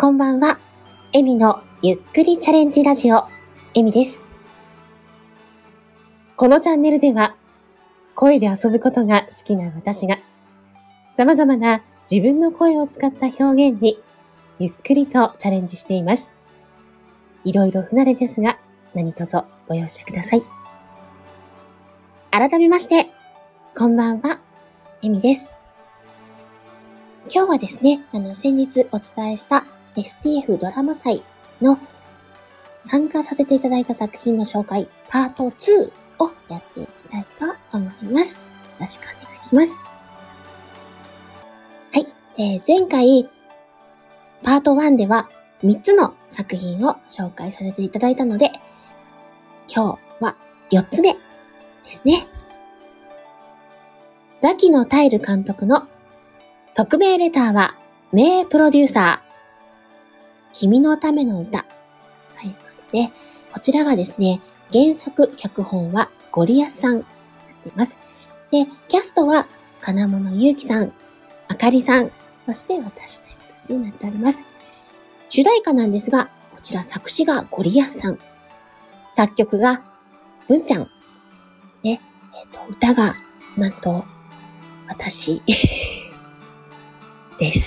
こんばんは。エミのゆっくりチャレンジラジオ、エミです。このチャンネルでは、声で遊ぶことが好きな私が、様々な自分の声を使った表現に、ゆっくりとチャレンジしています。いろいろ不慣れですが、何卒ご容赦ください。改めまして、こんばんは、エミです。今日はですね、先日お伝えした STF ドラマ祭の参加させていただいた作品の紹介、パート2をやっていきたいと思います。よろしくお願いします。はい、前回、パート1では3つの作品を紹介させていただいたので、今日は4つ目ですね。ザキのタイル監督の匿名レターは名プロデューサー、君のための歌ということで、こちらがですね、原作脚本はゴリアスさんになっています。で、キャストは金物ゆうきさん、あかりさん、そして私という形になっております。主題歌なんですが、こちら作詞がゴリアスさん、作曲が文ちゃん、ね、歌がなんと私です。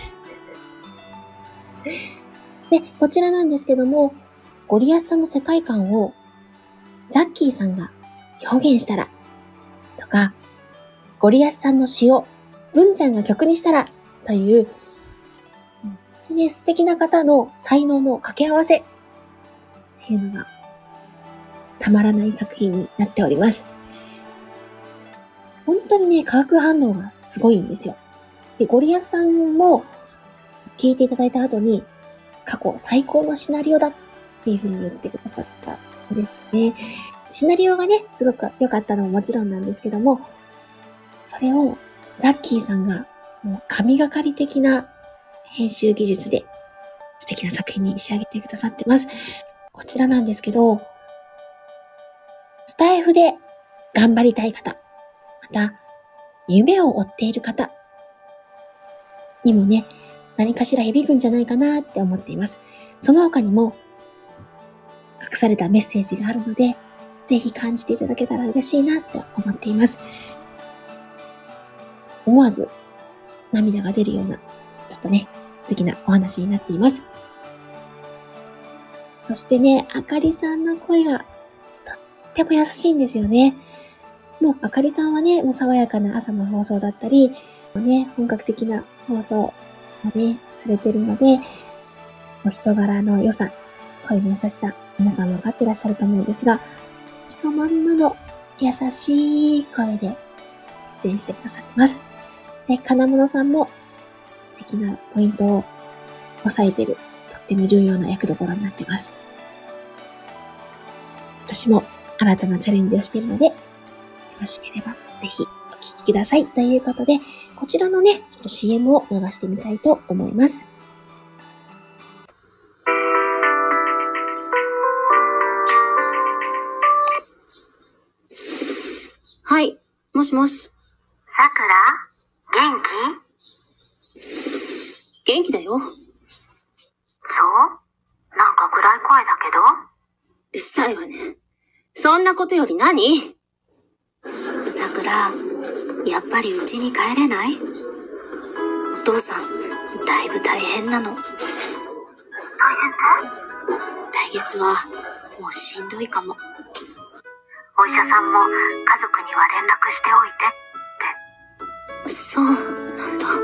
で、こちらなんですけども、ゴリアスさんの世界観をザッキーさんが表現したら、とか、ゴリアスさんの詩を文ちゃんが曲にしたら、という、素敵な方の才能の掛け合わせっていうのがたまらない作品になっております。本当にね、化学反応がすごいんですよ。で、ゴリアスさんも聞いていただいた後に、過去最高のシナリオだっていうふうに言ってくださったんですね。シナリオがね、すごく良かったのももちろんなんですけども、それをザッキーさんがもう神がかり的な編集技術で素敵な作品に仕上げてくださってます。こちらなんですけど、スタイフで頑張りたい方、また夢を追っている方にもね、何かしら響くんじゃないかなって思っています。その他にも隠されたメッセージがあるので、ぜひ感じていただけたら嬉しいなって思っています。思わず涙が出るような、ちょっとね、素敵なお話になっています。そしてね、あかりさんの声がとっても優しいんですよね。もうあかりさんはね、もう爽やかな朝の放送だったり、ね、本格的な放送をね、されてるので、お人柄の良さ、声の優しさ、皆さん分かってらっしゃると思うんですが、そのまんまの優しい声で出演してくださってます。で、金物さんも素敵なポイントを押さえている、とっても重要な役どころになっています。私も新たなチャレンジをしているので、よろしければぜひお聞きください。ということで、こちらのね、ちょっと CM を流してみたいと思います。 はい、もしもし。 さくら、元気？ 元気だよ。 そう？なんか暗い声だけど。 うっさいわね。そんなことより何？ さくら、やっぱり家に帰れない？お父さん、だいぶ大変なの。大変って？来月は、もうしんどいかも。お医者さんも家族には連絡しておいてって。 そうなんだ。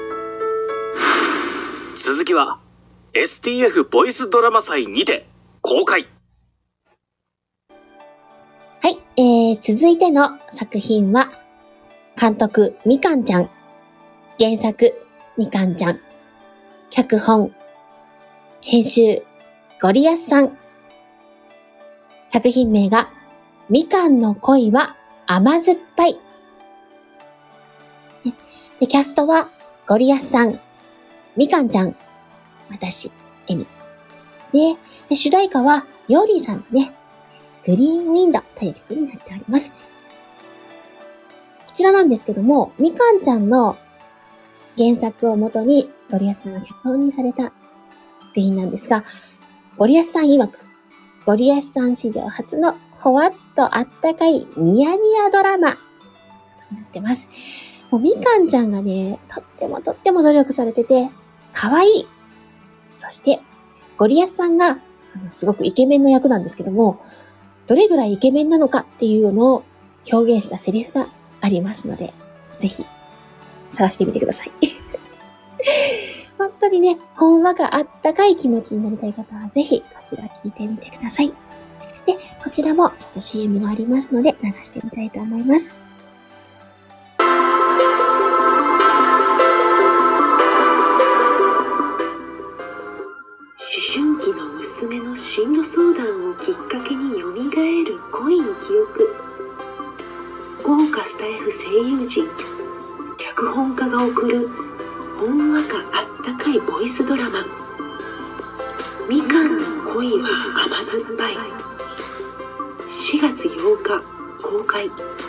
続きは STF ボイスドラマ祭にて公開。 はい、続いての作品は、監督みかんちゃん、原作みかんちゃん、脚本、編集ゴリアスさん、作品名がみかんの恋は甘酸っぱい。で、キャストはゴリアスさん、みかんちゃん、私、エミ。で、主題歌はヨーリーさんのね、グリーンウィンドという曲になっております。こちらなんですけども、みかんちゃんの原作をもとにゴリアスさんが脚本にされた素原因なんですが、ゴリアスさん曰く、ゴリアスさん史上初のほわっとあったかいニヤニヤドラマとなってます。もうみかんちゃんがね、とっても努力されてて、可愛い。そして、ゴリアスさんが、すごくイケメンの役なんですけども、どれぐらいイケメンなのかっていうのを表現したセリフがありますので、ぜひ探してみてください。本当にね、ほんわかあったかい気持ちになりたい方は、ぜひこちら聞いてみてください。で、こちらもちょっと CM がありますので流してみたいと思います。 思春期の娘の進路相談をきっかけに蘇る恋の記憶。豪華スタイフ声優陣、脚本家が送るほんわかあったかいボイスドラマ。みかんの恋は甘酸っぱい。4月8日公開。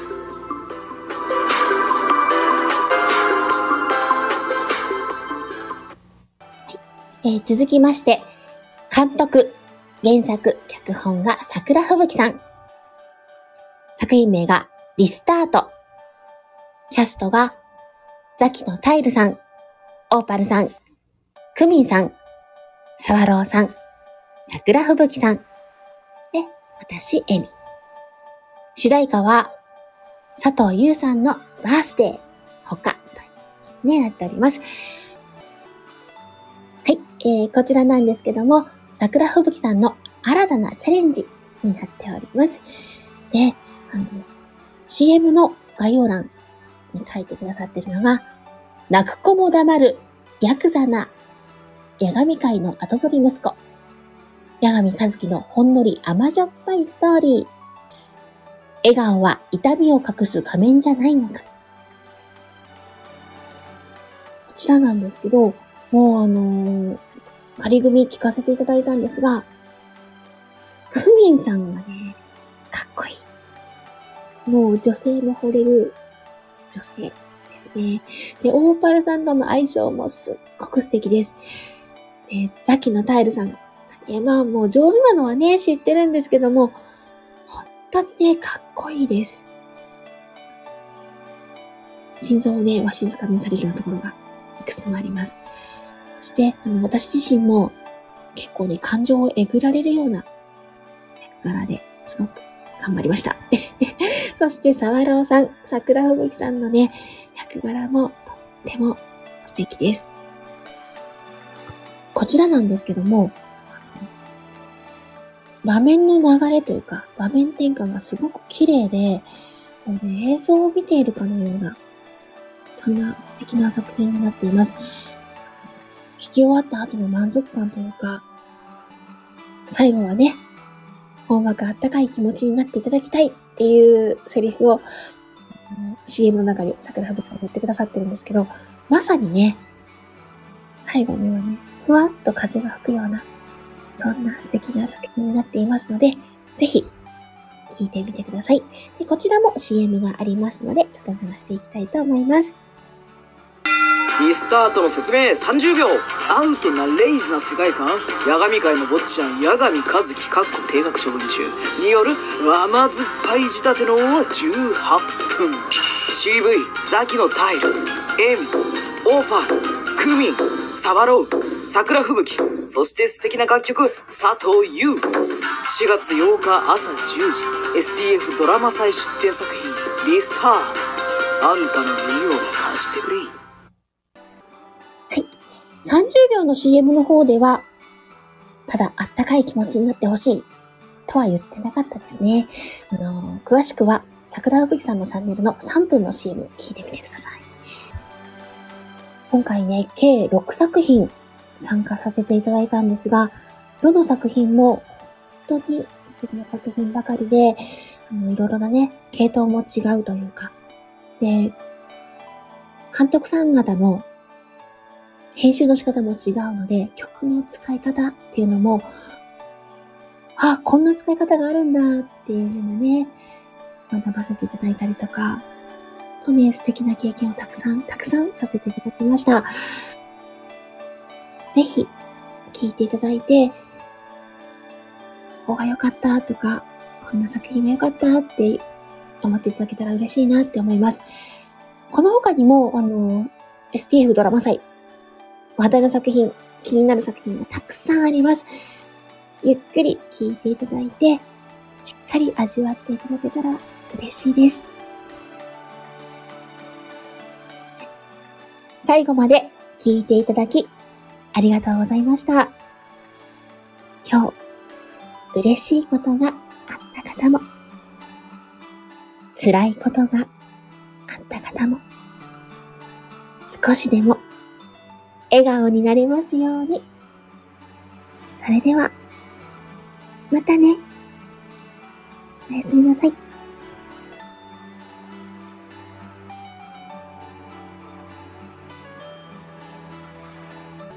続きまして、監督、原作、脚本が桜吹雪さん。作品名がリスタート。キャストがザキのタイルさん、オーパルさん、クミンさん、サワローさん、桜吹雪さん。で、私、エミ。主題歌は佐藤優さんのバースデー他となっております。はい、こちらなんですけども、桜吹雪さんの新たなチャレンジになっております。で、CM の概要欄に書いてくださっているのが、泣く子も黙るヤクザな八神会の跡取り息子、八神和樹のほんのり甘じょっぱいストーリー。笑顔は痛みを隠す仮面じゃないのか。こちらなんですけど、もう仮組聞かせていただいたんですが、クミンさんがね、かっこいい。もう女性も惚れる女性ですね。で、オーパルさんとの相性もすっごく素敵です。で、ザキのタイルさん。まあもう上手なのはね、知ってるんですけども、本当にね、かっこいいです。心臓をね、わしづかみにされるようなところがいくつもあります。そして、私自身も結構ね、感情をえぐられるような役柄ですごく頑張りました。そして、サワローさん、桜吹雪さんのね、役柄もとっても素敵です。こちらなんですけども、場面の流れというか、場面転換がすごく綺麗で、もうね、映像を見ているかのような、そんな素敵な作品になっています。聞き終わった後の満足感というか、最後はね、ほんわかあったかい気持ちになっていただきたいっていうセリフを CM の中に桜吹雪さんが言ってくださってるんですけど、まさにね、最後にはね、ふわっと風が吹くような、そんな素敵な作品になっていますので、ぜひ聴いてみてください。で、こちらも CM がありますので、ちょっと流していきたいと思います。 リスタートの説明30秒。アウトなレイジな世界観、八神界の坊ちゃん八神和樹定額処分中による甘酸っぱい仕立ての18分。 CV ザキのタイル、エミ、オーパー、クミン、サワロー、桜吹雪、そして素敵な楽曲佐藤優。4月8日朝10時 STF ドラマ祭出展作品リスタート。あんたの耳を貸してくれ。 はい。30秒の CM の方では、ただあったかい気持ちになってほしいとは言ってなかったですね。詳しくは桜吹雪さんのチャンネルの3分の CM 聞いてみてください。今回ね、計6作品参加させていただいたんですが、どの作品も本当に素敵な作品ばかりで、いろいろなね、系統も違うというか、で、監督さん方の編集の仕方も違うので、曲の使い方っていうのも、あ、こんな使い方があるんだっていうようなね、学ばせていただいたりとか、とね、素敵な経験をたくさんさせていただきました。ぜひ、 聞いていただいて、ここが良かったとか、こんな作品が良かったって思っていただけたら嬉しいなって思います。この他にも、STF ドラマ祭、話題の作品、気になる作品がたくさんあります。ゆっくり聞いていただいて、しっかり味わっていただけたら嬉しいです。最後まで聞いていただき、ありがとうございました。今日、嬉しいことがあった方も、辛いことがあった方も、少しでも笑顔になれますように。それでは、またね。おやすみなさい。